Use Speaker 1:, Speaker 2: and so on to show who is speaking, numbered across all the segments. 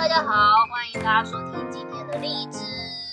Speaker 1: 家好，欢迎大家收听今天的荔枝，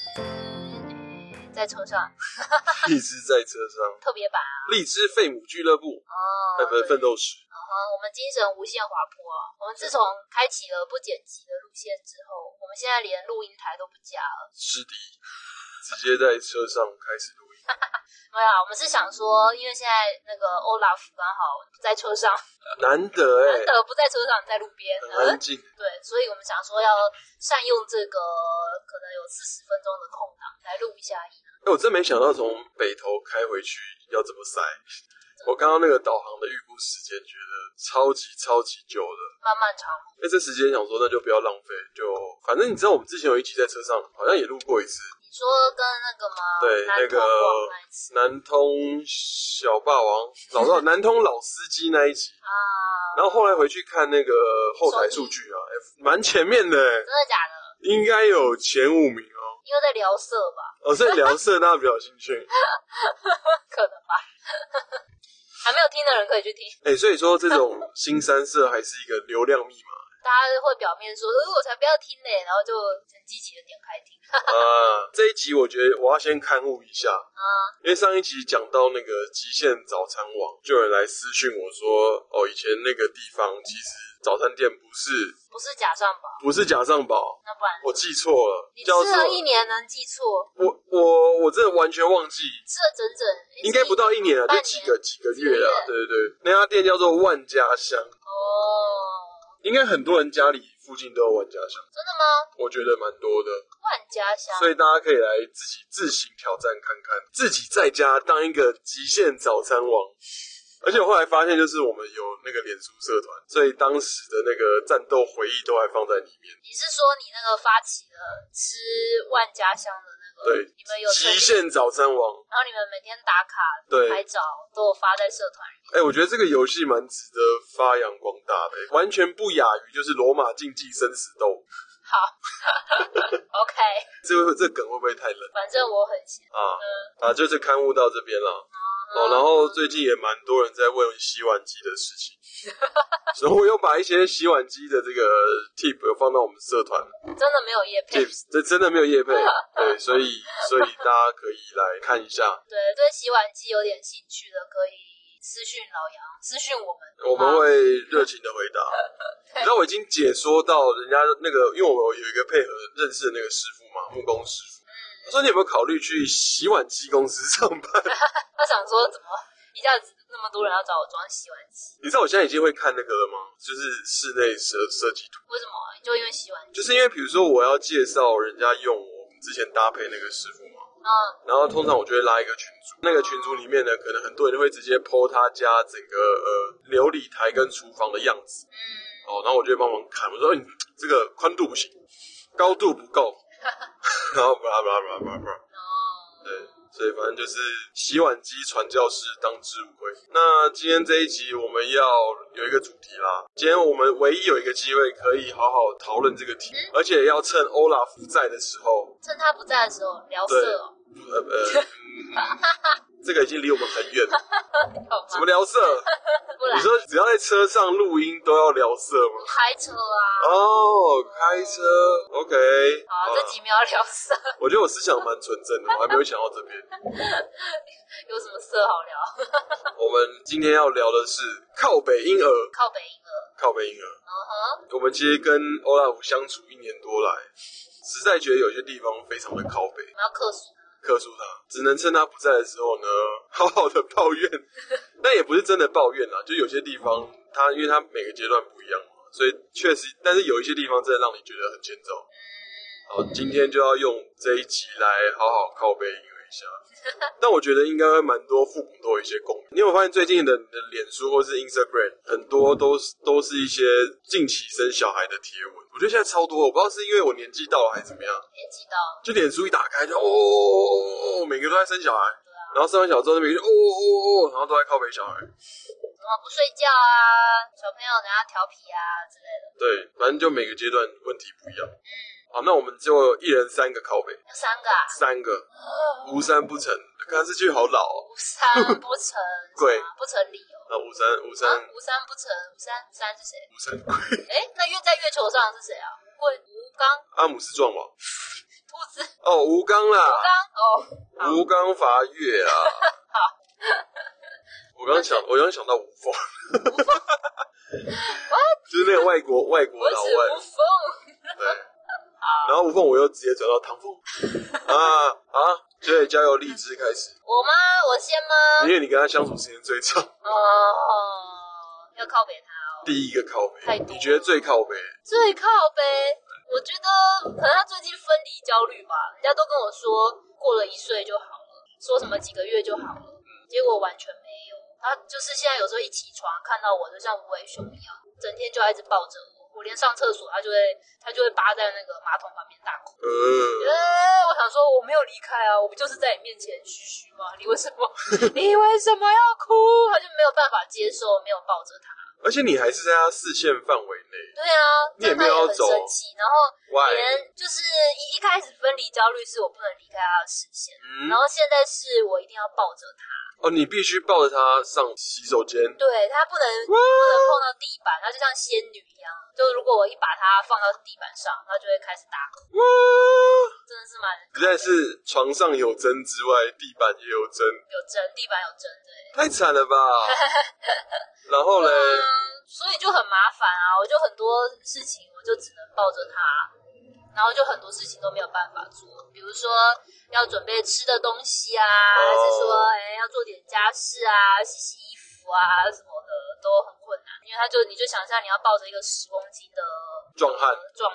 Speaker 1: 在车上，
Speaker 2: 荔枝在车上，
Speaker 1: 特别版啊，
Speaker 2: 荔枝废母俱乐部，不是奋斗史。
Speaker 1: 我们精神无限滑坡啊！我们自从开启了不剪辑的路线之后，我们现在连录音台都不加了。
Speaker 2: 是的，直接在车上开始录音。
Speaker 1: 没有啊，我们是想说，因为现在那个欧拉夫刚好不在车上，
Speaker 2: 难得
Speaker 1: 不在车上，在路边，
Speaker 2: 很安静。
Speaker 1: 对，所以我们想说要善用这个可能有40分钟的空档来录一下音。
Speaker 2: 我真没想到从北投开回去要这么塞。我刚刚那个导航的预估时间，觉得超级久的，
Speaker 1: 漫漫长路。
Speaker 2: 这时间想说那就不要浪费，就反正你知道我们之前有一集在车上好像也录过一次。
Speaker 1: 你说跟那个吗？
Speaker 2: 对，那个南通小霸王南通老司机那一集啊。然后后来回去看那个后台数据啊，蛮前面的。真
Speaker 1: 的假的？
Speaker 2: 应该有前5名哦。
Speaker 1: 因为在聊色吧？
Speaker 2: 所以聊色大家比较有兴趣。
Speaker 1: 可能吧。还没有听的人可以去听。
Speaker 2: 所以说这种新三色还是一个流量密码。
Speaker 1: 大家会表面说我才不要听呢，然后就很积极的点开听。
Speaker 2: 这一集我觉得我要先勘误一下因为上一集讲到那个极限早餐网，就有人来私讯我说以前那个地方其实早餐店不是假上宝，
Speaker 1: 那不然
Speaker 2: 我记错了。
Speaker 1: 你吃了1年能记错？
Speaker 2: 我真的完全忘记，
Speaker 1: 吃了整
Speaker 2: 应该不到1年了，就几个月啦。对，那家店叫做万家香。应该很多人家里附近都有万家香。
Speaker 1: 真的吗？
Speaker 2: 我觉得蛮多的。
Speaker 1: 万家香，
Speaker 2: 所以大家可以来自行挑战看看，自己在家当一个极限早餐王。而且我后来发现，就是我们有那个脸书社团，所以当时的那个战斗回忆都还放在里面。
Speaker 1: 你是说你那个发起了吃万家香的那个？
Speaker 2: 对，
Speaker 1: 你们有
Speaker 2: 极限早餐王，
Speaker 1: 然后你们每天打卡、拍照都有发在社团里面。
Speaker 2: 我觉得这个游戏蛮值得发扬光大的，完全不亚于就是罗马竞技生死斗。
Speaker 1: 好，OK。
Speaker 2: 这梗会不会太冷？
Speaker 1: 反正我很闲
Speaker 2: 就是刊物到这边啦。然后最近也蛮多人在问洗碗机的事情，所以我又把一些洗碗机的这个 tip 有放到我们社团。
Speaker 1: 真的没有业配
Speaker 2: tips， 这真的没有业配。对，所以大家可以来看一下。
Speaker 1: 对洗碗机有点兴趣的，可以私讯老杨，私讯我们，
Speaker 2: 我们会热情的回答。你知道我已经解说到人家那个，因为我有一个配合认识的那个师傅嘛，木工师傅。他说你有没有考虑去洗碗机公司上班？
Speaker 1: 他想说怎么一下子那么多人要找我装洗碗机？
Speaker 2: 你知道我现在已经会看那个了吗？就是室内设计图。
Speaker 1: 为什么？就因为洗碗机？
Speaker 2: 就是因为比如说我要介绍人家用我们之前搭配那个师傅嘛。然后通常我就会拉一个群组，那个群组里面呢，可能很多人会直接 po 他家整个流理台跟厨房的样子。然后我就会帮忙看，我说你这个宽度不行，高度不够，然后巴拉巴拉巴拉巴拉。对，所以反正就是洗碗机传教士当之无愧。那今天这一集我们要有一个主题啦，今天我们唯一有一个机会可以好好讨论这个题，而且要趁欧拉夫在的时候，
Speaker 1: 趁他不在的时候聊色哦。
Speaker 2: 这个已经离我们很远了。怎么聊色？你说只要在车上录音都要聊色吗？
Speaker 1: 开车啊。
Speaker 2: 开车 OK。
Speaker 1: 好，这几秒要聊色。
Speaker 2: 我觉得我思想蛮纯正的，我还没有想到这边。
Speaker 1: 有什么色好聊？
Speaker 2: 我们今天要聊的是靠北婴儿。我们其实跟欧拉夫相处1年多来，实在觉得有些地方非常的靠北。
Speaker 1: 我们要克诉
Speaker 2: 他，只能趁他不在的时候呢，好好的抱怨。但也不是真的抱怨啦，就有些地方因为他每个阶段不一样嘛，所以确实，但是有一些地方真的让你觉得很欠揍。好，今天就要用这一集来好好靠北婴儿一下。但我觉得应该会蛮多父母都有一些共鸣。你有没有发现最近的你的脸书或是 Instagram 很多都是一些近期生小孩的贴文？我觉得现在超多，我不知道是因为我年纪到了还是怎么样。
Speaker 1: 年纪到了，
Speaker 2: 就脸书一打开就每个都在生小孩。然后生完小之后那边就然后都在靠北小孩。
Speaker 1: 怎么不睡觉啊？小朋友等下调皮啊之类的。
Speaker 2: 对，反正就每个阶段问题不一样。好，那我们就一人3个靠北。
Speaker 1: 有3个啊
Speaker 2: ？3个，无三不成。看这句好老哦。
Speaker 1: 无三不成贵，不成理哦。
Speaker 2: 无三不成。
Speaker 1: 无三是谁？
Speaker 2: 无三贵。
Speaker 1: 那在月球上是谁啊？ 贵吴刚
Speaker 2: 阿姆斯壮嘛，
Speaker 1: 兔子
Speaker 2: 哦，吴刚啦，
Speaker 1: 吴
Speaker 2: 刚伐越啊。
Speaker 1: 好，
Speaker 2: 我刚想到吴凤，就是那个外国老外。
Speaker 1: 吴凤。
Speaker 2: 对。然后吴凤我又直接转到唐凤所以加油励志开始。
Speaker 1: 我吗？我先吗？
Speaker 2: 因为你跟他相处时间最长。
Speaker 1: 要靠北他哦。
Speaker 2: 第一个靠北，你觉得最靠北？
Speaker 1: 最靠北，我觉得可能他最近分离焦虑吧，人家都跟我说过了1岁就好了，说什么几个月就好了，结果完全没有。他就是现在有时候一起床看到我就像无尾熊一样，整天就要一直抱着我连上厕所他就会扒在那个马桶旁边大哭。我想说我没有离开啊，我不就是在你面前嘘嘘吗？你为什么要哭？他就没有办法接受没有抱着他。
Speaker 2: 而且你还是在他视线范围内。
Speaker 1: 对啊，
Speaker 2: 你也没有要走。
Speaker 1: 生气，然后连就是一开始分离焦虑是我不能离开他的视线，然后现在是我一定要抱着他。
Speaker 2: 你必须抱着他上洗手间。
Speaker 1: 对，他不能碰到地板，他就像仙女一样。就如果我一把他放到地板上，他就会开始大哭。真的是实
Speaker 2: 在是床上有针之外，地板也有针。
Speaker 1: 有针，地板有针，对。
Speaker 2: 太惨了吧！然后呢？
Speaker 1: 所以就很麻烦啊！我就很多事情我就只能抱着他，然后就很多事情都没有办法做，比如说要准备吃的东西啊，还是说要做点家事啊，洗洗衣服啊什么的都很困难，因为你就想象你要抱着一个10公斤的壮汉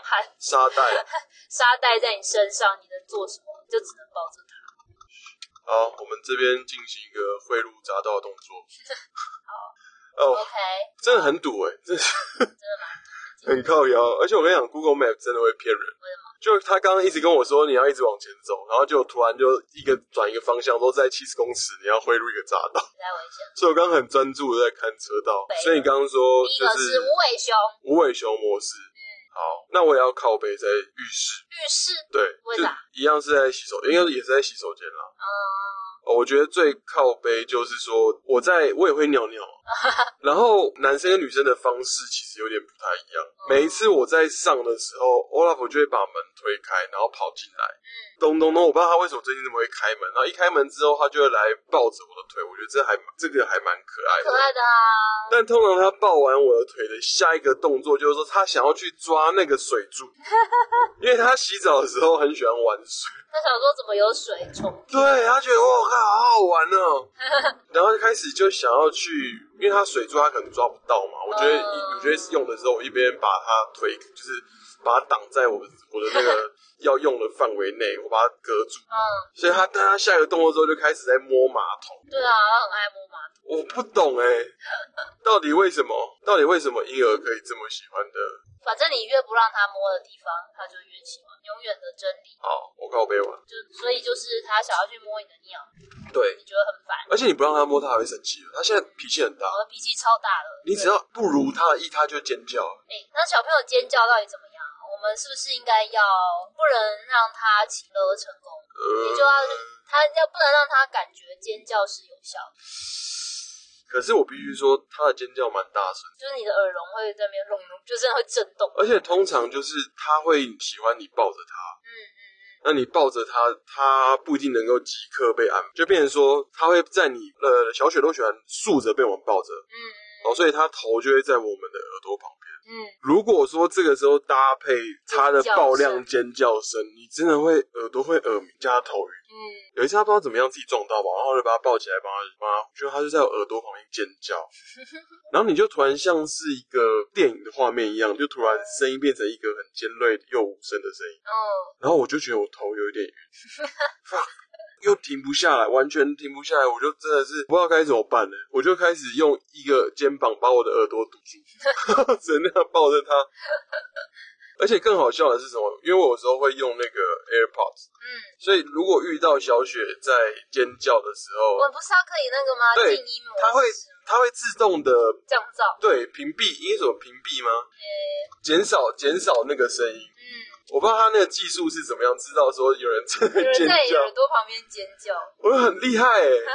Speaker 1: 沙袋在你身上，你能做什么？就只能抱着他。
Speaker 2: 好，我们这边进行一个汇入匝道的动作。
Speaker 1: 好，OK，
Speaker 2: 真的很堵真的
Speaker 1: 蛮堵，
Speaker 2: 很靠腰。而且我跟你讲 ，Google Map 真的会骗人。
Speaker 1: 为什么？
Speaker 2: 就他刚刚一直跟我说你要一直往前走，然后就突然就转一个方向，都在70公尺，你要汇入一个匝道，
Speaker 1: 太危险。
Speaker 2: 所以我刚刚很专注的在看车道。所以你刚刚说
Speaker 1: 第一个是
Speaker 2: 无尾熊模式。好，那我也要靠北在浴室。
Speaker 1: 浴室？
Speaker 2: 对，
Speaker 1: 为啥？
Speaker 2: 一样是在洗手，应该也是在洗手间啦。我觉得最靠北就是说，我也会尿尿，然后男生跟女生的方式其实有点不太一样。每一次我在上的时候，Olaf就会把门推开，然后跑进来，咚咚咚，我不知道他为什么最近这么会开门。然后一开门之后，他就会来抱着我的腿，我觉得这个还蛮可爱的。
Speaker 1: 可爱的啊！
Speaker 2: 但通常他抱完我的腿的下一个动作就是说，他想要去抓那个水柱，因为他洗澡的时候很喜欢玩水。
Speaker 1: 他想说怎么有水冲？
Speaker 2: 对，他觉得我靠好好玩哦，然后开始就想要去，因为他水柱他可能抓不到嘛。我觉得用的时候，我一边把他腿就是把它挡在我的那个要用的范围内，我把它隔住。所以他下一个动作之后就开始在摸马桶。
Speaker 1: 对啊，他很爱摸马桶。
Speaker 2: 我不懂到底为什么婴儿可以这么喜欢的？
Speaker 1: 反正你越不让他摸的地方，他就越喜欢，永远的真理。
Speaker 2: 好，我靠背完。
Speaker 1: 所以就是他想要去摸你的尿，
Speaker 2: 对，
Speaker 1: 你觉得很烦。
Speaker 2: 而且你不让他摸，他还会生气。他现在脾气很大。
Speaker 1: 我的脾气超大的。
Speaker 2: 你只要不如他的意，他就尖叫。
Speaker 1: 那小朋友尖叫到底怎么样？我们是不是应该不能让他请乐成功？你就要不能让他感觉尖叫是有效的。
Speaker 2: 可是我必须说，他的尖叫蛮大声，
Speaker 1: 就是你的耳聋会在那边隆隆，就是会震动。
Speaker 2: 而且通常就是他会喜欢你抱着他，那你抱着他，他不一定能够即刻被安抚，就变成说他会在你小雪都喜欢竖着被我们抱着，所以他头就会在我们的耳朵旁边。如果说这个时候搭配他的爆量尖叫声，你真的会耳朵会耳鸣，加他头晕。有一次他不知道怎么样自己撞到吧，然后就把他抱起来，帮他，就他就在我耳朵旁边尖叫，然后你就突然像是一个电影的画面一样，就突然声音变成一个很尖锐又无声的声音。然后我就觉得我头有一点晕，又停不下来，完全停不下来，我就真的是不知道该怎么办了。我就开始用一个肩膀把我的耳朵堵住，只能那样抱着他。而且更好笑的是什么？因为我有时候会用那个 AirPods，所以如果遇到小雪在尖叫的时候，
Speaker 1: 我不是可以那个吗？
Speaker 2: 对，
Speaker 1: 静音模式
Speaker 2: 它会自动的
Speaker 1: 降噪，
Speaker 2: 对，屏蔽，因为什么屏蔽吗？减少那个声音。我不知道他那个技术是怎么样，知道说有人在尖叫，
Speaker 1: 有人在你耳朵旁边尖叫，
Speaker 2: 我很厉害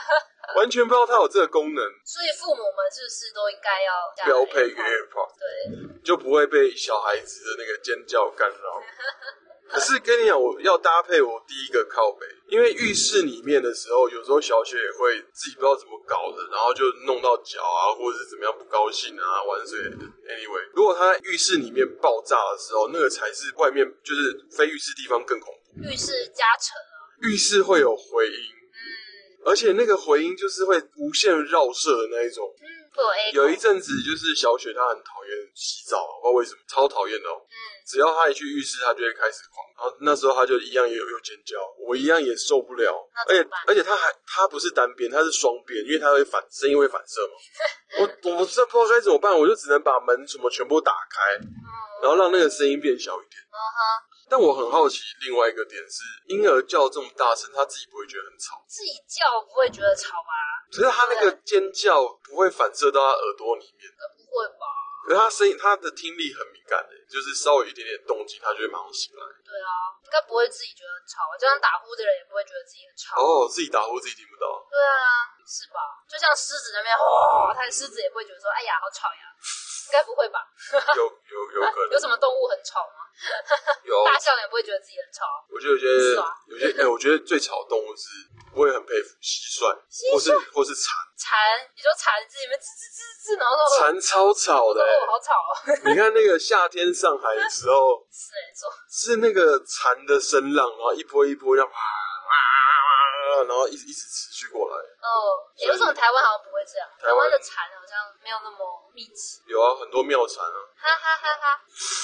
Speaker 2: 完全不知道它有这个功能。
Speaker 1: 所以父母们是不是都应该要
Speaker 2: 标配约炮？
Speaker 1: 对，
Speaker 2: 就不会被小孩子的那个尖叫干扰。可是跟你讲，我要搭配我第一个靠北，因为浴室里面的时候，有时候小雪也会自己不知道怎么搞的，然后就弄到脚啊，或者是怎么样不高兴啊，玩水。Anyway， 如果他在浴室里面爆炸的时候，那个才是外面就是非浴室地方更恐怖。
Speaker 1: 浴室加成啊，
Speaker 2: 浴室会有回音，而且那个回音就是会无限绕射的那一种。有一阵子就是小雪她很讨厌洗澡，不知道为什么，超讨厌的哦。只要她一去浴室，她就会开始狂，然后那时候她就一样也有尖叫，我一样也受不了。而且她不是单边，她是双边，因为她会声音会反射嘛。我真不知道该怎么办，我就只能把门什么全部打开，然后让那个声音变小一点。但我很好奇，另外一个点是，婴儿叫这么大声，他自己不会觉得很吵？
Speaker 1: 自己叫不会觉得吵吧？
Speaker 2: 可是他那个尖叫不会反射到他耳朵里面的，
Speaker 1: 不会吧？
Speaker 2: 可是他声音，他的听力很敏感的，就是稍微一点点动静，他就会马上醒来。
Speaker 1: 对啊，应该不会自己觉得很吵，就像打呼的人也不会觉得自己很吵。
Speaker 2: 哦，自己打呼自己听不到。
Speaker 1: 对啊，是吧？就像狮子那边吼，他的狮子也不会觉得说，哎呀，好吵呀。应该不会吧？有
Speaker 2: 可能。
Speaker 1: 有什么动物很吵吗？
Speaker 2: 有。
Speaker 1: 大象也不会觉得自己很吵。
Speaker 2: 我觉得有些我觉得最吵的动物是，我也很佩服蟋蟀，或是蝉。
Speaker 1: 你说蝉自己里面吱吱吱吱，然后
Speaker 2: 蝉超吵的，
Speaker 1: 好吵。
Speaker 2: 你看那个夏天上海的时候，是那个蝉的声浪，然后一波一波这样然后一直持续过来。
Speaker 1: 为什么台湾好像不会这样？台湾的蝉好像没有那么密集。
Speaker 2: 有啊，很多妙蝉啊。
Speaker 1: 哈哈哈哈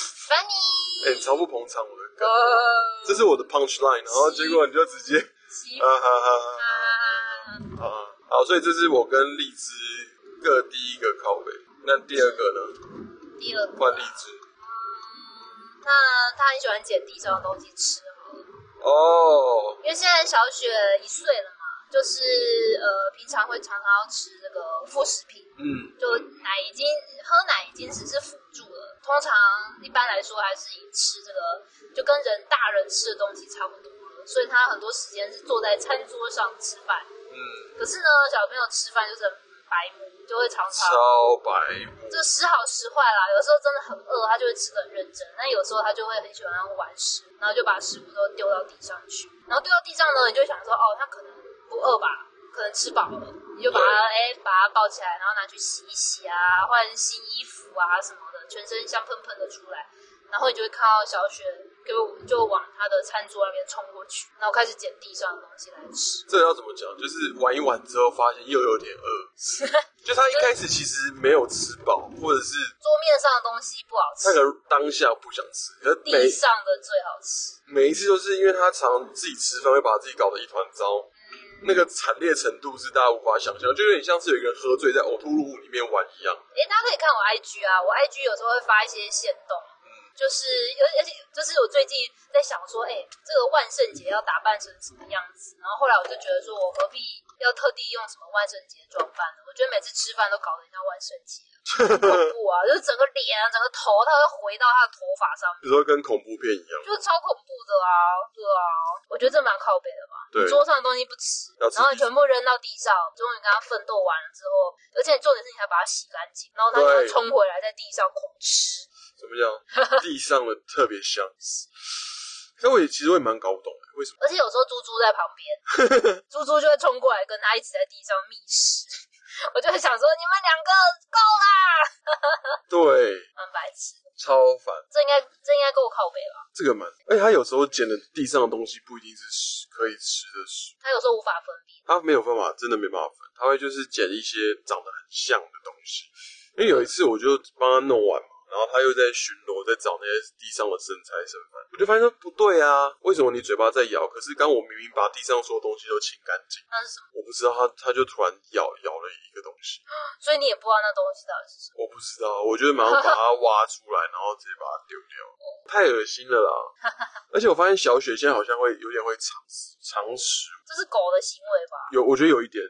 Speaker 1: ，funny。
Speaker 2: 你超不捧场我的梗，这是我的 punch line， 然后结果你就直接哈哈哈。好，所以这是我跟荔枝各第一个靠北。那第二个呢？
Speaker 1: 第二个
Speaker 2: 换荔枝。
Speaker 1: 那他很喜欢捡地上的东西吃。因为现在小雪1岁了嘛，就是平常会常常要吃这个副食品，就喝奶已经只是辅助了，通常一般来说还是以吃这个就跟大人吃的东西差不多了，所以他很多时间是坐在餐桌上吃饭。可是呢，小朋友吃饭就是很白目，就会常常
Speaker 2: 超白目，
Speaker 1: 就时好时坏啦。有时候真的很饿，他就会吃得很认真；但有时候他就会很喜欢玩食，然后就把食物都丢到地上去。然后丢到地上呢，你就想说，他可能不饿吧，可能吃饱了，你就把它抱起来，然后拿去洗一洗啊，换新衣服啊什么的，全身香喷喷的出来。然后你就会看到小雪就往他的餐桌那边冲过去，然后开始捡地上的东西来吃。
Speaker 2: 这要怎么讲？就是玩一玩之后发现又有点饿，就他一开始其实没有吃饱，或者是
Speaker 1: 桌面上的东西不好吃，
Speaker 2: 他可能当下不想吃，可是
Speaker 1: 地上的最好吃。
Speaker 2: 每一次都是因为他常自己吃饭会把自己搞得一团糟，那个惨烈程度是大家无法想象，就有点像是有一个人喝醉在呕吐物里面玩一样。
Speaker 1: 大家可以看我 IG 啊，我 IG 有时候会发一些限动。就是而且就是我最近在想说，这个万圣节要打扮成什么样子？然后后来我就觉得说，我何必要特地用什么万圣节装扮呢？我觉得每次吃饭都搞得很像万圣节，很恐怖啊！就是整个脸啊，整个头，它会回到他的头发上面。
Speaker 2: 你说跟恐怖片一样，
Speaker 1: 就是超恐怖的啊！对啊，我觉得这蛮靠北的吧？
Speaker 2: 对，
Speaker 1: 桌上的东西不吃，然后你全部扔到地上，终于跟他奋斗完了之后，而且重点是你还把它洗干净，然后他就冲回来在地上狂吃。
Speaker 2: 怎么讲？地上的特别香。可其实我也蛮搞不懂的，为什么？
Speaker 1: 而且有时候猪猪在旁边，猪猪就会冲过来跟他一起在地上觅食。我就会想说，你们两个够啦！
Speaker 2: 对，
Speaker 1: 蛮白痴，
Speaker 2: 超烦。
Speaker 1: 这应该够靠北吧？
Speaker 2: 这个蛮，而且他有时候捡的地上的东西不一定是可以吃的食，
Speaker 1: 他有时候无法分辨，
Speaker 2: 他没有办法，真的没办法分，他会就是捡一些长得很像的东西。因为有一次我就帮他弄完嘛，然后他又在巡逻，在找那些地上的剩菜剩饭，我就发现说不对啊，为什么你嘴巴在咬？可是刚我明明把地上所有东西都清干净。
Speaker 1: 那是什么？
Speaker 2: 我不知道，他就突然咬了一个东西，
Speaker 1: 所以你也不知道那东西到底是什么？
Speaker 2: 我不知道，我就马上把它挖出来，然后直接把它丢掉。太恶心了啦！而且我发现小雪现在好像有点会藏食物，
Speaker 1: 这是狗的行为吧？
Speaker 2: 我觉得有一点。
Speaker 1: 真的吗？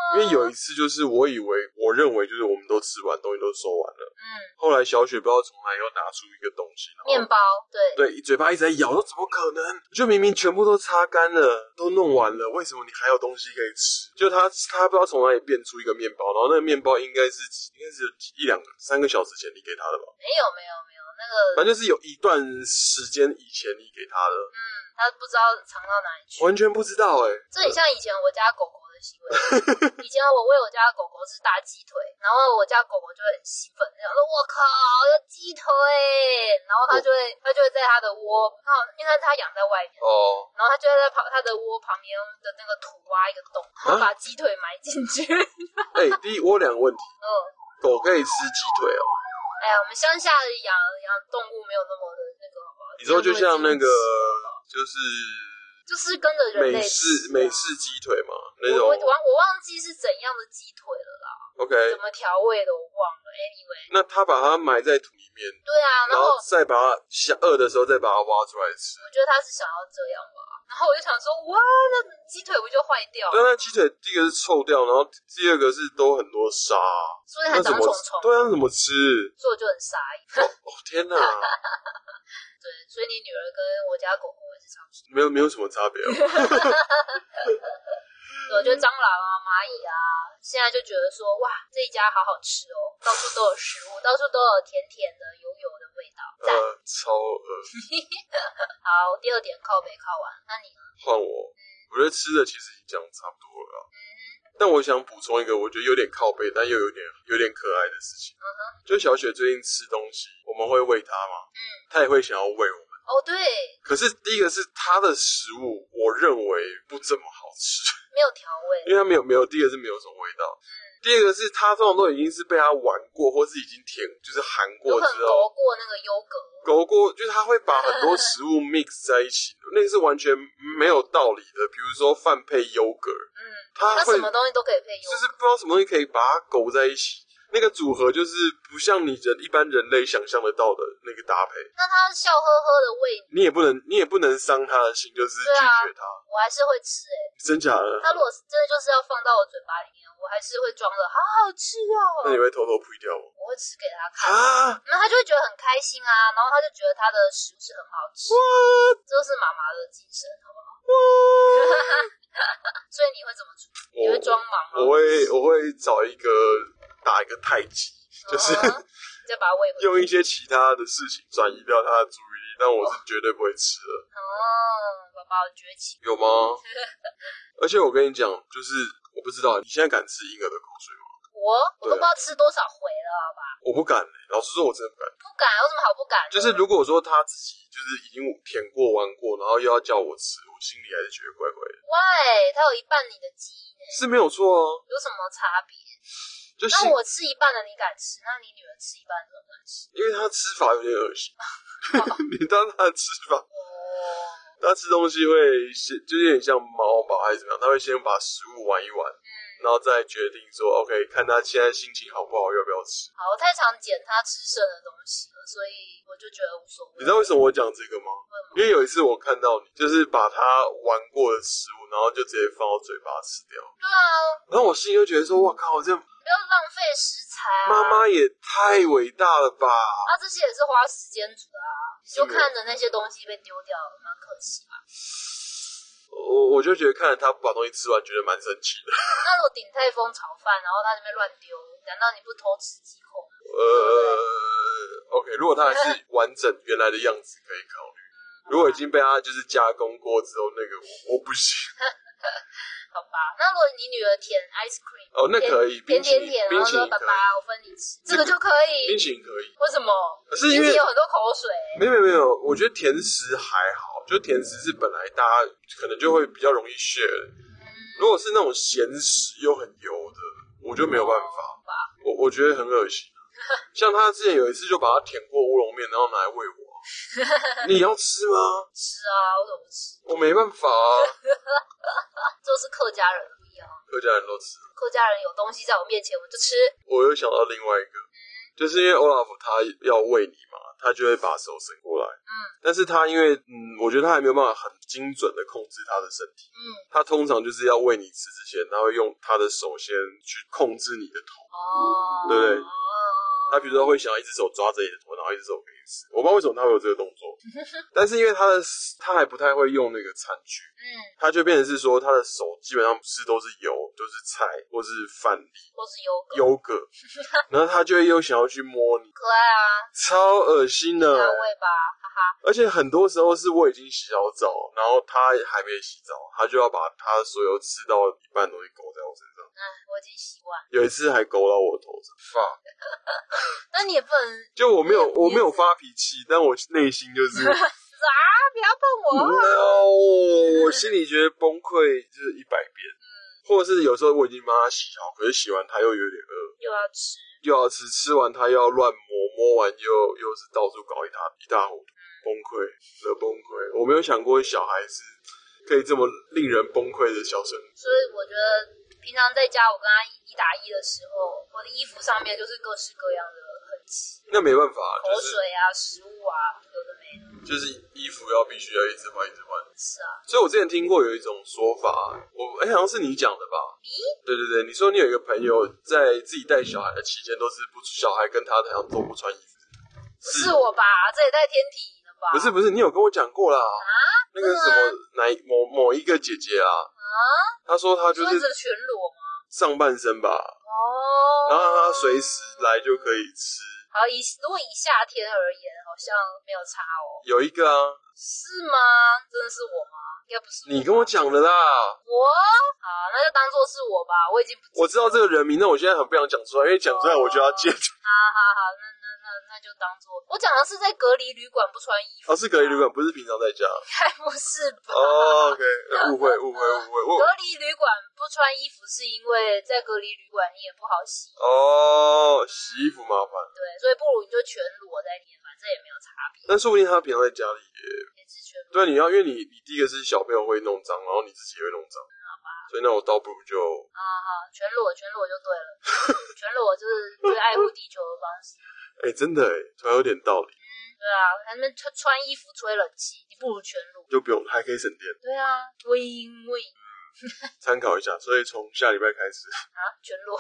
Speaker 2: 因为有一次就是我认为就是我们都吃完东西都收完了，后来小雪不知道从哪又拿出一个东西，
Speaker 1: 面包，
Speaker 2: 对，嘴巴一直在咬，说怎么可能？就明明全部都擦干了，都弄完了，为什么你还有东西可以吃？就他不知道从哪里变出一个面包，然后那个面包应该是3个小时前你给他的吧？
Speaker 1: 没有，那个
Speaker 2: 反正就是有一段时间以前你给他的，
Speaker 1: 他不知道藏到哪里去，
Speaker 2: 完全不知道
Speaker 1: 这很像以前我家狗狗的行为。以前我喂我家狗狗是大鸡腿，然后我家狗狗就会很兴奋，想说我靠有鸡腿，然后它就会在它的窝，因为它养在外面，然后它就会在它的窝旁边的那个土挖一个洞，然后把鸡腿埋进去。
Speaker 2: 第一我有2个问题，狗可以吃鸡腿哦？
Speaker 1: 哎呀，我们乡下养动物没有那么的那个，好不好？
Speaker 2: 你说就像那个
Speaker 1: 就是跟着人类
Speaker 2: 美式鸡腿嘛，那种
Speaker 1: 我忘记是怎样的鸡腿了啦。
Speaker 2: OK，
Speaker 1: 怎么调味的我忘了。Anyway，
Speaker 2: 那他把它埋在土里面，
Speaker 1: 对啊，
Speaker 2: 然后再把它饿的时候再把它挖出来吃。
Speaker 1: 我觉得他是想要这样吧。然后我就想说，哇，那鸡腿不就坏掉了？
Speaker 2: 对，那鸡腿第一个是臭掉，然后第二个是都很多沙，
Speaker 1: 所以还长虫虫。
Speaker 2: 对啊，那怎么吃？
Speaker 1: 所以我就很傻眼。
Speaker 2: 天哪！
Speaker 1: 对，所以你女儿跟我家狗狗也是差不多，
Speaker 2: 没有什么差别哦。
Speaker 1: 我觉得蟑螂啊、蚂蚁啊，现在就觉得说，哇，这一家好好吃哦，到处都有食物，到处都有甜甜的、油油的味道，
Speaker 2: 超恶。
Speaker 1: 好，第2点靠北靠完，那你呢？
Speaker 2: 换我，我觉得吃的其实已经讲差不多了啦。但我想补充一个，我觉得有点靠背，但又有点可爱的事情。就小雪最近吃东西，我们会喂她嘛，她也会想要喂我们。
Speaker 1: 对。
Speaker 2: 可是第一个是她的食物，我认为不怎么好吃，
Speaker 1: 没有调味，
Speaker 2: 因为它没有，第一个是没有什么味道。第二个是它通常都已经是被它玩过，或是已经就是含过之后，
Speaker 1: 勾过那个优格，
Speaker 2: 勾过，就是它会把很多食物 mix 在一起，那个是完全没有道理的。比如说饭配优格，它
Speaker 1: 什么东西都可以配优格，
Speaker 2: 就是不知道什么东西可以把它勾在一起。那个组合就是不像一般人类想象得到的那个搭配。
Speaker 1: 那他笑呵呵的喂
Speaker 2: 你也不能伤他的心，就是拒绝他。
Speaker 1: 我还是会吃
Speaker 2: 真假的？
Speaker 1: 他如果真的就是要放到我嘴巴里面，我还是会装的好好吃哦。
Speaker 2: 那你会偷偷呸掉吗？
Speaker 1: 我会吃给他看啊，然后他就会觉得很开心啊，然后他就觉得他的食物是很好吃。这就是妈妈的精神，好不好？所以你会怎么处理？你会装忙吗？
Speaker 2: 我会打一个太极，就是
Speaker 1: 再把它喂回去，
Speaker 2: 用一些其他的事情转移掉他的注意力，但我是绝对不会吃的。
Speaker 1: 爸爸崛起
Speaker 2: 有吗？而且我跟你讲，就是我不知道你现在敢吃婴儿的口水吗？
Speaker 1: 我都不知道吃多少回了，好吧？
Speaker 2: 我不敢老实说，我真的不敢。
Speaker 1: 不敢，有什么好不敢的？
Speaker 2: 就是如果说他自己就是已经舔过玩过，然后又要叫我吃，我心里还是觉得怪怪的。
Speaker 1: 喂，他有一半你的基因
Speaker 2: 是没有错啊。
Speaker 1: 有什么差别？
Speaker 2: 就是
Speaker 1: 那我吃一半的你敢吃，那你女儿吃一半怎么敢吃？
Speaker 2: 因为她吃法有点恶心。你当她的吃法，她吃东西会就有点像猫吧，还是怎么样？她会先把食物玩一玩，然后再决定说 OK， 看她现在心情好不好，要不要吃。
Speaker 1: 好，我太常捡她吃剩的东西了，所以我就觉得无所谓。
Speaker 2: 你知道为什么我讲这个吗？因为有一次我看到你就是把她玩过的食物，然后就直接放到嘴巴吃掉。
Speaker 1: 对啊。
Speaker 2: 然后我心里就觉得说，哇靠，这
Speaker 1: 不要浪费食材啊！
Speaker 2: 妈妈也太伟大了吧！
Speaker 1: 这些也是花时间煮的啊，就看着那些东西被丢掉，蛮可惜吧。
Speaker 2: 我就觉得看着他把东西吃完，觉得蛮生气的。
Speaker 1: 那如果鼎泰丰炒饭，然后他那边乱丢，难道你不偷吃几口？
Speaker 2: OK， 如果他还是完整原来的样子，可以考虑。如果已经被他就是加工过之后，那个我不行。
Speaker 1: 好吧，那如果你女儿舔 ice cream，
Speaker 2: 那可以，
Speaker 1: 甜，然后说爸爸，我分你吃，这个就可以。
Speaker 2: 冰淇淋可以，
Speaker 1: 为什么？
Speaker 2: 可是因为
Speaker 1: 有很多口水。
Speaker 2: 没有，我觉得甜食还好，就甜食是本来大家可能就会比较容易 share。如果是那种咸食又很油的，我就没有办法。我觉得很恶心。像他之前有一次就把他舔过乌龙面，然后拿来喂我。你要吃吗？
Speaker 1: 吃啊，我怎么不吃？
Speaker 2: 我没办法啊。
Speaker 1: 这是客家人不一样，
Speaker 2: 客家人都吃。
Speaker 1: 客家人有东西在我面前我就吃。
Speaker 2: 我又想到另外一个，就是因为欧拉夫他要喂你嘛， 他就会把手伸过来。但是他因为我觉得他还没有办法很精准的控制他的身体。他通常就是要喂你吃之前，他会用他的手先去控制你的头。对不对？他比如说会想要一只手抓着你的头，然后一只手给你吃。我不知道为什么他会有这个动作，但是因为他还不太会用那个餐具，他就变成是说他的手基本上吃都是油，就是菜或是饭粒
Speaker 1: 或是
Speaker 2: 优格，然后他就会又想要去摸你，
Speaker 1: 可爱啊，
Speaker 2: 超恶心的，
Speaker 1: 安慰吧，哈哈。
Speaker 2: 而且很多时候是我已经洗好澡，然后他还没洗澡，他就要把他所有吃到一半的东西勾在我身上。
Speaker 1: 我已经习惯。
Speaker 2: 有一次还勾到我头上，
Speaker 1: 那你也不能，
Speaker 2: 就我没有发脾气，但我内心就是
Speaker 1: 不要碰我
Speaker 2: ，no， 我心里觉得崩溃就是100遍。或者是有时候我已经帮他洗好，可是洗完他又有点饿，又要吃，吃完他又要乱摸完又是到处搞一塌糊涂，崩溃。我没有想过小孩是可以这么令人崩溃的小生物。
Speaker 1: 所以我觉得平常在家我跟他1打1的时候，我的衣服上面就是各式各样的痕迹。
Speaker 2: 那没办法，
Speaker 1: 口水啊、食物啊，有的没的。
Speaker 2: 就是衣服必须要一直换。
Speaker 1: 是啊。
Speaker 2: 所以我之前听过有一种说法，好像是你讲的吧？对，你说你有一个朋友在自己带小孩的期间，都是小孩跟他好像都不穿衣服。
Speaker 1: 不是我吧？这也太天体了吧？
Speaker 2: 不是，你有跟我讲过啦。那个什么某一个姐姐啊，她说她就是
Speaker 1: 全裸吗？
Speaker 2: 上半身吧。然后她随时来就可以吃。
Speaker 1: 好，如果以夏天而言，好像没有差哦。
Speaker 2: 有一个啊。
Speaker 1: 是吗？真的是我吗？应该不是我。
Speaker 2: 你跟我讲的啦。
Speaker 1: 好，那就当做是我吧。我已经不记得。
Speaker 2: 我知道这个人名，但我现在很不想讲出来，因为讲出来我就要戒。
Speaker 1: 好，那就当做我讲的是在隔离旅馆不穿衣服。
Speaker 2: 是隔离旅馆，不是平常在家。
Speaker 1: 应该不是吧
Speaker 2: ？OK， 误会。
Speaker 1: 隔离旅馆不穿衣服是因为在隔离旅馆你也不好洗。
Speaker 2: 洗衣服麻烦。
Speaker 1: 对，所以不如你就全裸在里面，反正也没有差别。
Speaker 2: 但说不定他平常在家里
Speaker 1: 也是全裸。
Speaker 2: 对，因为你第一个是小朋友会弄脏，然后你自己也会弄脏。
Speaker 1: 好吧。
Speaker 2: 所以那我倒不如就
Speaker 1: 好，全裸就对了。全裸就是最爱护地球的方式。
Speaker 2: 真的突然有点道理。
Speaker 1: 对啊，他们穿衣服吹冷气，你不如全裸，
Speaker 2: 就不用，还可以省电。
Speaker 1: 对啊 ，win。
Speaker 2: 参考一下，所以从下礼拜开始
Speaker 1: 全裸。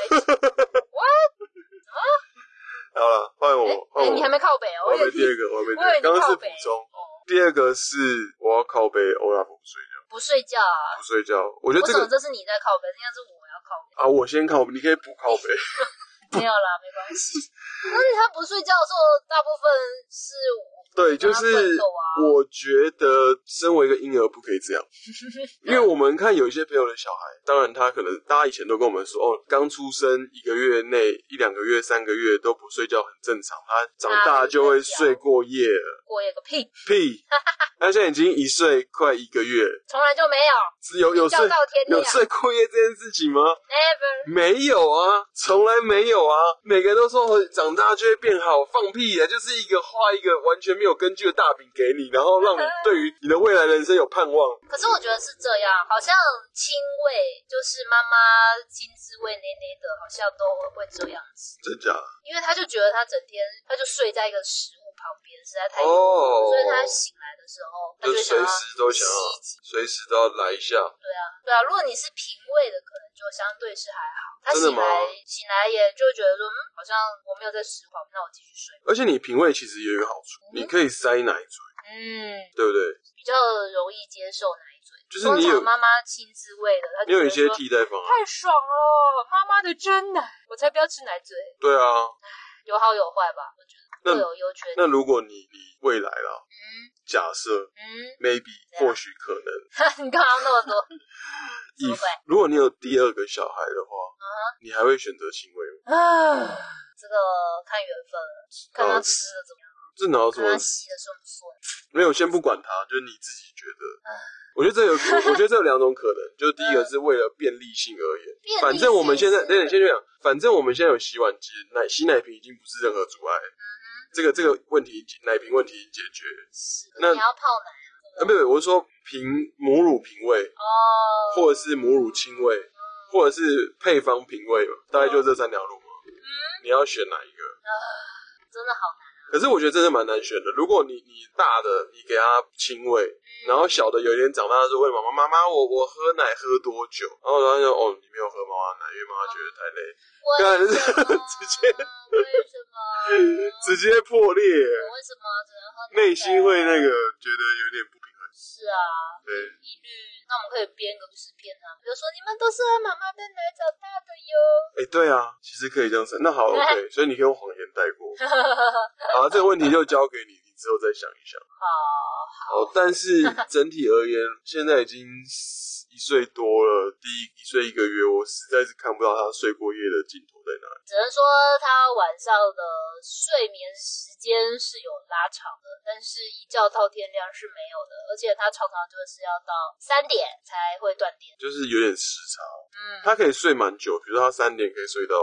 Speaker 2: What？ 好了，换我。
Speaker 1: 你还没靠北哦。
Speaker 2: 我还没第二个，刚刚是补充。第二个是我要靠北欧拉夫
Speaker 1: 不睡觉啊？
Speaker 2: 不睡觉，我觉得
Speaker 1: 这是你在靠北，应该是我要靠北
Speaker 2: 啊。我先靠北，你可以补靠北。
Speaker 1: 没有啦，没关系。但是他不睡觉的时候，大部分是
Speaker 2: 对，就是我觉得身为一个婴儿不可以这样，因为我们看有一些朋友的小孩，当然他可能大家以前都跟我们说，刚出生1个月内1-2个月3个月都不睡觉很正常，他长大就会睡过夜了。
Speaker 1: 过夜个屁！
Speaker 2: 他现在已经1岁快1个月，
Speaker 1: 从来就没有
Speaker 2: 有睡过夜这件事情吗
Speaker 1: ？Never，
Speaker 2: 没有啊，从来没有啊。每个人都说长大就会变好，放屁啊！就是画一个完全没有根据的大饼给你，然后让你对于你的未来人生有盼望。
Speaker 1: 可是我觉得是这样，好像亲喂就是妈妈亲自喂奶奶的，好像都会这样子。
Speaker 2: 真假的？
Speaker 1: 因为他就觉得他整天他就睡在一个食物旁边，实在太所以他醒来的时候，他就
Speaker 2: 随时都想要，随时都要来一下。
Speaker 1: 对啊，如果你是平喂的，可能就相对是还好。他醒来也就觉得说，好像我没有在食物旁边，那我继续睡。
Speaker 2: 而且你平喂其实也有一个好处，你可以塞奶嘴，对不对？
Speaker 1: 比较容易接受奶嘴。
Speaker 2: 就是你有
Speaker 1: 通常妈妈亲自喂的，他
Speaker 2: 你有一些替代方案。
Speaker 1: 太爽了，妈妈的真奶，我才不要吃奶嘴。
Speaker 2: 对啊，
Speaker 1: 有好有坏吧，我觉得各有优缺点。
Speaker 2: 那如果你未来啦，假设maybe 或许可能，
Speaker 1: 你干嘛那么多？
Speaker 2: 如果你有第二个小孩的话，你还会选择亲喂吗？
Speaker 1: 这个看缘分了，看他吃的怎么样。
Speaker 2: 这哪有什么？
Speaker 1: 看他吸的顺不顺？
Speaker 2: 没有，先不管他，就是你自己觉得。我觉得这有2种可能，就是第一个是为了便利性而言，反正我们现在，先这样，反正我们现在有洗碗机，洗奶瓶已经不是任何阻碍。这个问题，奶瓶问题已经解决。
Speaker 1: 那你要泡奶啊？
Speaker 2: 不，我是说母乳瓶喂，或者是母乳亲喂，或者是配方瓶喂嘛，大概就这3条路嘛。你要选哪一个？
Speaker 1: 真的好难啊！
Speaker 2: 可是我觉得真的蛮难选的。如果你大的你给他亲喂，然后小的有一天长大就问妈妈，妈妈我喝奶喝多久？然后他就你没有喝妈妈奶，因为妈妈觉得太累。
Speaker 1: 为什么？
Speaker 2: 直接破裂。
Speaker 1: 为什么只能喝奶？
Speaker 2: 内心会那个觉得有点不平衡。
Speaker 1: 是啊，
Speaker 2: 对，
Speaker 1: 疑虑。那我们可以编个故事片啊，比如说你们都是喝妈妈的奶长大的哟。
Speaker 2: 对啊，其实可以这样子。那好 ，OK， 所以你可以用谎言带过。好，这个问题就交给你，你之后再想一想。好，但是整体而言，现在已经1岁多了，第1岁1个月，我实在是看不到他睡过夜的尽头在哪里。
Speaker 1: 只能说他晚上的睡眠时间是有拉长的，但是一觉到天亮是没有的，而且他常常就是要到3点才会断电，
Speaker 2: 就是有点时差。他可以睡蛮久，比如说他3点可以睡到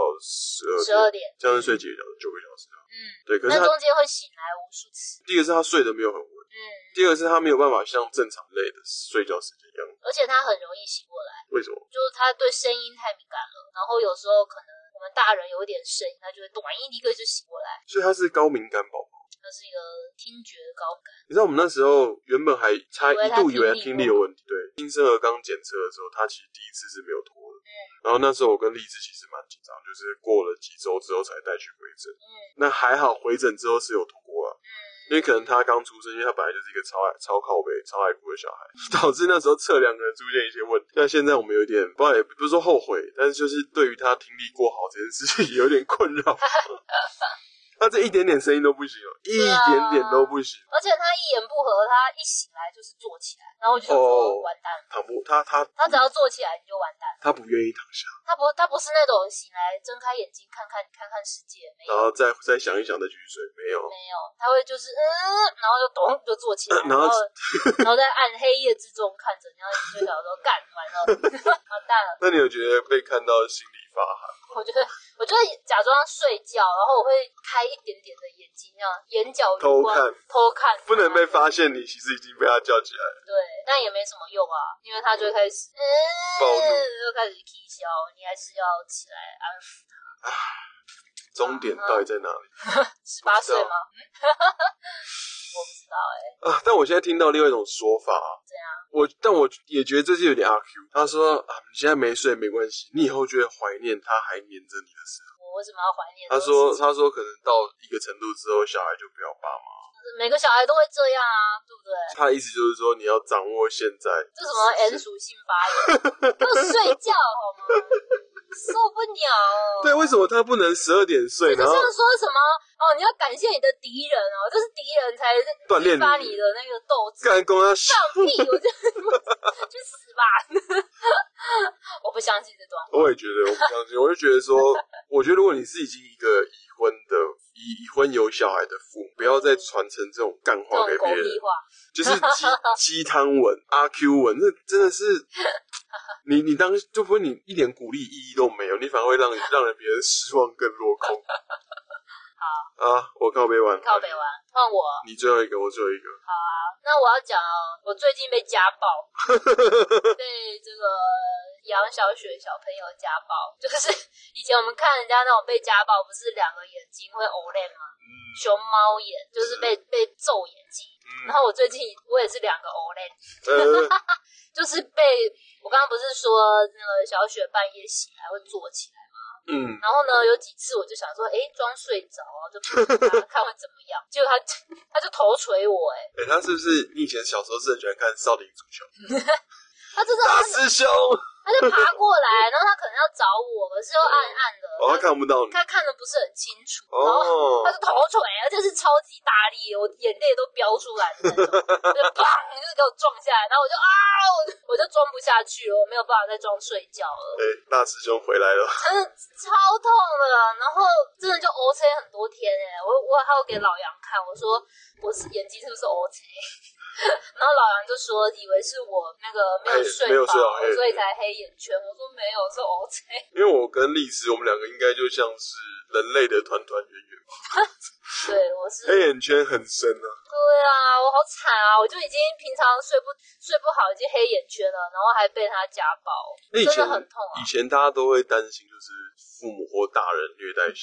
Speaker 2: 12点，这样是睡几个小时？9个小时。对，可是他
Speaker 1: 中间会醒来无数次。
Speaker 2: 第一个是他睡得没有很稳，第二个是他没有办法像正常类的睡觉时间一样，
Speaker 1: 而且他很容易醒过来。
Speaker 2: 为什么？
Speaker 1: 就是他对声音太敏感了，然后有时候可能我们大人有一点声音，他就会短一个就醒过来。
Speaker 2: 所以他是高敏感宝宝，
Speaker 1: 他是一个听觉高感。
Speaker 2: 你知道我们那时候原本还一度以为他听力有问题，对，新生儿刚检测的时候，他其实第一次是没有拖的。然后那时候我跟荔枝其实蛮紧张，就是过了几周之后才带去回诊。那还好回诊之后是有拖过啊。因为可能他刚出生，因为他本来就是一个超靠北、超爱哭的小孩，导致那时候测量可能出现一些问题。但现在我们有点不知道，也不是说后悔，但是就是对于他听力过好这件事情有点困扰。他这一点点声音都不行一点点都不行。
Speaker 1: 而且他一言不合，他一醒来就是坐起来，然后我就想说完蛋了。
Speaker 2: 他
Speaker 1: 只要坐起来你就完蛋了。
Speaker 2: 他不愿意躺下。
Speaker 1: 他不是那种醒来睁开眼睛看看世界，没有。
Speaker 2: 然后再想一想再继续睡，没有，
Speaker 1: 他会就是然后就咚就坐起来，然后在暗黑夜之中看着，然后你就想说干完了，完蛋了。
Speaker 2: 那你有觉得被看到心里发寒？
Speaker 1: 我觉得假装睡觉，然后我会开一点点的眼睛，这样眼角
Speaker 2: 偷看，不能被发现你其实已经被他叫起来了。
Speaker 1: 对，但也没什么用啊，因为他就会开始
Speaker 2: 暴怒，
Speaker 1: 就开始啼笑，你还是要起来安抚他。
Speaker 2: 终点到底在哪里
Speaker 1: ？18岁吗？我不知道
Speaker 2: 但我现在听到另外一种说法。
Speaker 1: 怎样？
Speaker 2: 但我也觉得这是有点阿 Q。他说你现在没睡没关系，你以后就会怀念他还黏着你的时候。
Speaker 1: 我为什么要怀念？
Speaker 2: 他说可能到一个程度之后，小孩就不要爸妈。
Speaker 1: 每个小孩都会这样啊，对不对？
Speaker 2: 他的意思就是说，你要掌握现在。
Speaker 1: 这什么 N 属性发言？给我睡觉好吗？受不了哦！
Speaker 2: 对，为什么他不能12点睡？然后
Speaker 1: 说什么你要感谢你的敌人哦，就是敌人才
Speaker 2: 锻炼
Speaker 1: 你的那个斗志。
Speaker 2: 干公他
Speaker 1: 放屁！我就去死吧！我不相信这段话。
Speaker 2: 我也觉得我不相信，我就觉得说，我觉得如果你是已经一个已婚有小孩的父母，不要再传承这种干话给别人，就是鸡汤文、阿 Q 文，那真的是你当就不会，你一点鼓励意义都没有，你反而会让别人失望更落空。好啊，我靠北完，
Speaker 1: 换我。
Speaker 2: 你最后一个，我最后一个。
Speaker 1: 好啊，那我要讲我最近被家暴，被这个养小学小朋友家暴，就是以前我们看人家那种被家暴，不是2个眼睛会欧脸吗？熊猫眼，就是被皱眼睛。然后我最近我也是2个欧脸，就是被我刚刚不是说那个小雪半夜醒来会坐起来吗？然后呢，有几次我就想说，装睡着就看会怎么样。结果他就头捶我，
Speaker 2: 他是不是你以前小时候是很喜欢看少林足球？
Speaker 1: 他就是
Speaker 2: 大师兄，
Speaker 1: 他就爬过来，然后他可能要找我，可是又暗暗的，
Speaker 2: 他看不到你，
Speaker 1: 他看的不是很清楚，然后他就头捶，而且是超级大力，我眼泪都飙出来的那种，就砰，就是给我撞下来，然后我就装不下去了，我没有办法再装睡觉了。
Speaker 2: 大师兄回来了，
Speaker 1: 真的超痛的，然后真的就 OK 很多天我还有给老杨看，我说我是眼睛是不是 OK？然后老杨就说以为是我那个没有睡饱，所以才黑眼圈。我说没有，是 OK。
Speaker 2: 因为我跟丽丝，我们2个应该就像是人类的团团圆圆吧。
Speaker 1: 对，我是
Speaker 2: 黑眼圈很深啊。
Speaker 1: 对啊，我好惨啊！我就已经平常睡不好，已经黑眼圈了，然后还被他家暴，真的很痛啊。
Speaker 2: 以前大家都会担心，就是父母或大人虐待小孩。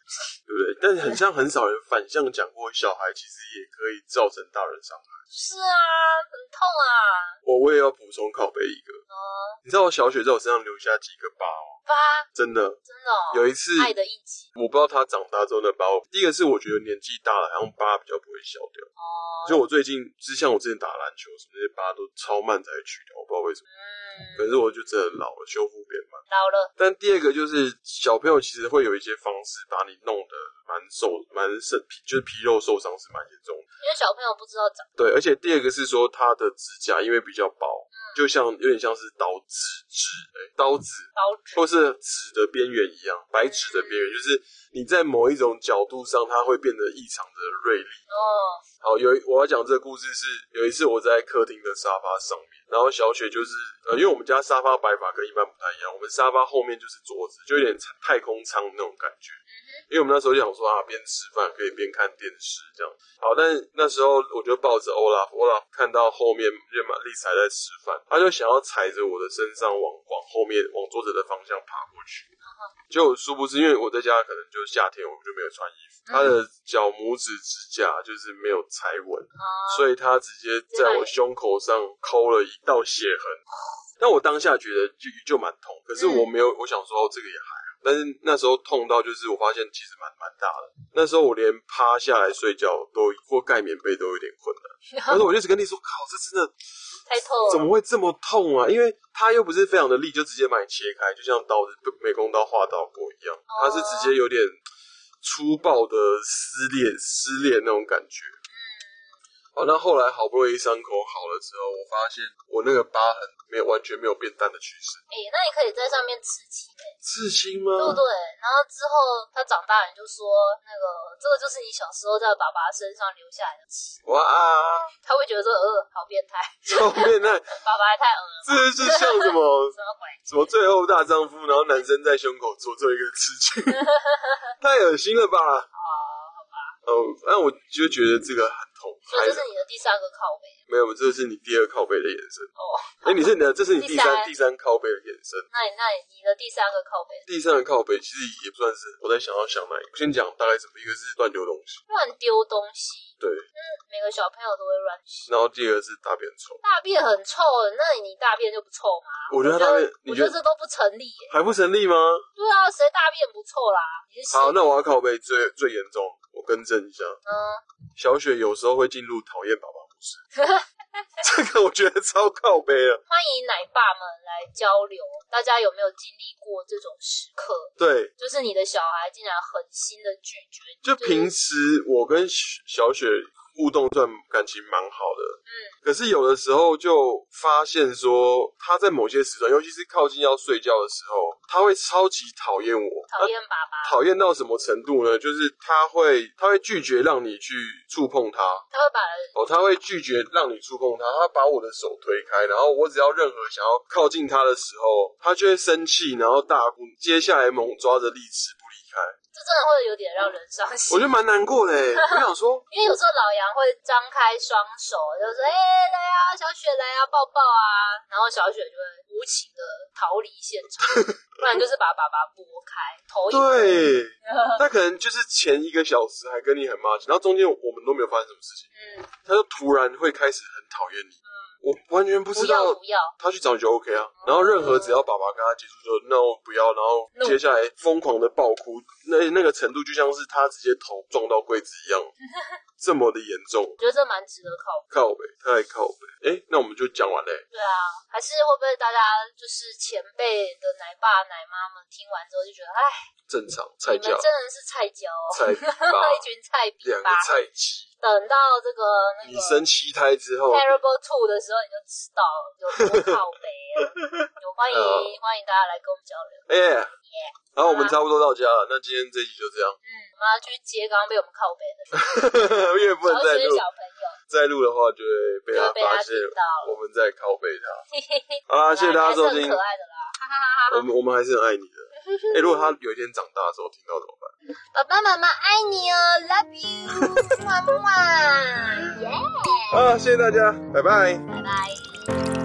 Speaker 2: 对不对？但是很少人反向讲过，小孩其实也可以造成大人伤害。
Speaker 1: 是啊，很痛啊。
Speaker 2: 我也要补充拷贝一个。你知道我小雪在我身上留下几个疤哦？真的有一次
Speaker 1: 爱的印记。
Speaker 2: 我不知道她长大之后那疤，第一个是我觉得年纪大了，好像疤比较不会消掉。就我最近，像我之前打篮球什么那些疤都超慢才去掉，我不知道为什么。可是我就真的老了，修复变慢。
Speaker 1: 老了。
Speaker 2: 但第二个就是小朋友其实会有一些方式把你弄得就是皮肉受伤是蛮严重的。
Speaker 1: 因为小朋友不知道长。
Speaker 2: 对，而且第二个是说他的指甲因为比较薄，就像有点像是刀子或是纸的边缘一样，白纸的边缘，就是你在某一种角度上它会变得异常的锐利。好，我要讲这个故事是有一次我在客厅的沙发上面，然后小雪就是因为我们家沙发摆法跟一般不太一样，我们沙发后面就是桌子，就有点太空舱那种感觉。因为我们那时候就想说边吃饭可以边看电视这样。好，但是那时候我就抱着欧拉看到后面丽才在吃饭，他就想要踩着我的身上往后面往桌子的方向爬过去。就殊不知，因为我在家可能就夏天我就没有穿衣服，他的脚拇指指甲就是没有踩稳，所以他直接在我胸口上抠了一道血痕。但我当下觉得就蛮痛，可是我没有，我想说这个也还好。但是那时候痛到就是我发现其实蛮大的，那时候我连趴下来睡觉或盖棉被都有点困难。但是我就一直跟你说，靠，这真的
Speaker 1: 太痛了，
Speaker 2: 怎么会这么痛啊？因为它又不是非常的利，就直接把你切开，就像刀子美工刀划刀过一样，它是直接有点粗暴的撕裂那种感觉。那后来好不容易伤口好了之后，我发现我那个疤痕完全没有变淡的趋势。
Speaker 1: 那你可以在上面刺青。
Speaker 2: 刺青吗？
Speaker 1: 对不对？然后之后他长大，你就说这个就是你小时候在爸爸身上留下来的刺。
Speaker 2: 哇！
Speaker 1: 他会觉得说好变态，
Speaker 2: 超变态，
Speaker 1: 爸爸也太恶了。
Speaker 2: 这是像什么什么最后大丈夫，然后男生在胸口做一个刺青，太恶心了吧？
Speaker 1: 好吧。
Speaker 2: 那我就觉得这个很痛。
Speaker 1: 所以这是你的第三个靠背。
Speaker 2: 没有，这是你第二靠背的延伸。这是你第三靠背的延伸。那
Speaker 1: 你的第三个靠背？
Speaker 2: 第三个靠背其实也不算是，我在想哪一个。先讲大概什么，一个是乱丢东西。
Speaker 1: 乱丢东西。
Speaker 2: 对。
Speaker 1: 每个小朋友都会乱丢。
Speaker 2: 然后第二个是大便臭。
Speaker 1: 大便很臭，那你大便就不臭吗？
Speaker 2: 我觉得大便，
Speaker 1: 我觉得这都不成立耶。
Speaker 2: 还不成立吗？
Speaker 1: 对啊，谁大便不臭啦？
Speaker 2: 好，那我要靠背最严重，我更正一下。小雪有时候会进入讨厌爸爸模式，这个我觉得超靠背了。
Speaker 1: 欢迎奶爸们来交流，大家有没有经历过这种时刻？
Speaker 2: 对，
Speaker 1: 就是你的小孩竟然狠心的拒绝你。
Speaker 2: 就平时我跟小雪互动算感情蛮好的，可是有的时候就发现说他在某些时段，尤其是靠近要睡觉的时候，他会超级讨厌我，
Speaker 1: 讨厌爸爸，
Speaker 2: 讨厌到什么程度呢？就是他会拒绝让你去触碰他，他会拒绝让你触碰他，他把我的手推开，然后我只要任何想要靠近他的时候，他就会生气，然后大哭，接下来猛抓着利齿不离开。
Speaker 1: 这真的会有点让人伤心，
Speaker 2: 我觉得蛮难过的我想说，
Speaker 1: 因为有时候老杨会张开双手，就说来啊，小雪来啊，抱抱啊，然后小雪就会无情的逃离现场，不然就是把爸爸拨开，投影。
Speaker 2: 对，他可能就是前1个小时还跟你很默契，然后中间我们都没有发生什么事情，他就突然会开始很讨厌你。我完全不知道，
Speaker 1: 不要，
Speaker 2: 他去找你就 OK 啊。然后任何只要爸爸跟他接触就 no 不要，然后接下来疯狂的爆哭，那个程度就像是他直接头撞到柜子一样，这么的严重。
Speaker 1: 我觉得这蛮值得
Speaker 2: 靠北，太靠北。那我们就讲完嘞。对
Speaker 1: 啊，还是会不会大家就是前辈的奶爸奶妈们听完之后就觉得，
Speaker 2: 正常菜椒，
Speaker 1: 你们真的是菜椒，一群菜比吧，
Speaker 2: 2个菜鸡。
Speaker 1: 等到这个
Speaker 2: 你生7胎之后
Speaker 1: Terrible 2的时候，你就知道有多靠北了。欢迎大家来跟我们交流。
Speaker 2: 然后我们差不多到家了，那今天这一集就这样。
Speaker 1: 我们要去接刚刚被我们靠北的，
Speaker 2: 因为不能再录，
Speaker 1: 小朋友
Speaker 2: 再录的话就会被他发现我们在靠北他。好啦，谢谢大家收听。
Speaker 1: 可爱的啦，
Speaker 2: 我们还是很爱你的。如果他有一天长大的时候听到怎么办？
Speaker 1: 爸爸妈妈爱你哦 ，Love you，么么，耶！
Speaker 2: 谢谢大家，拜拜，
Speaker 1: 拜拜。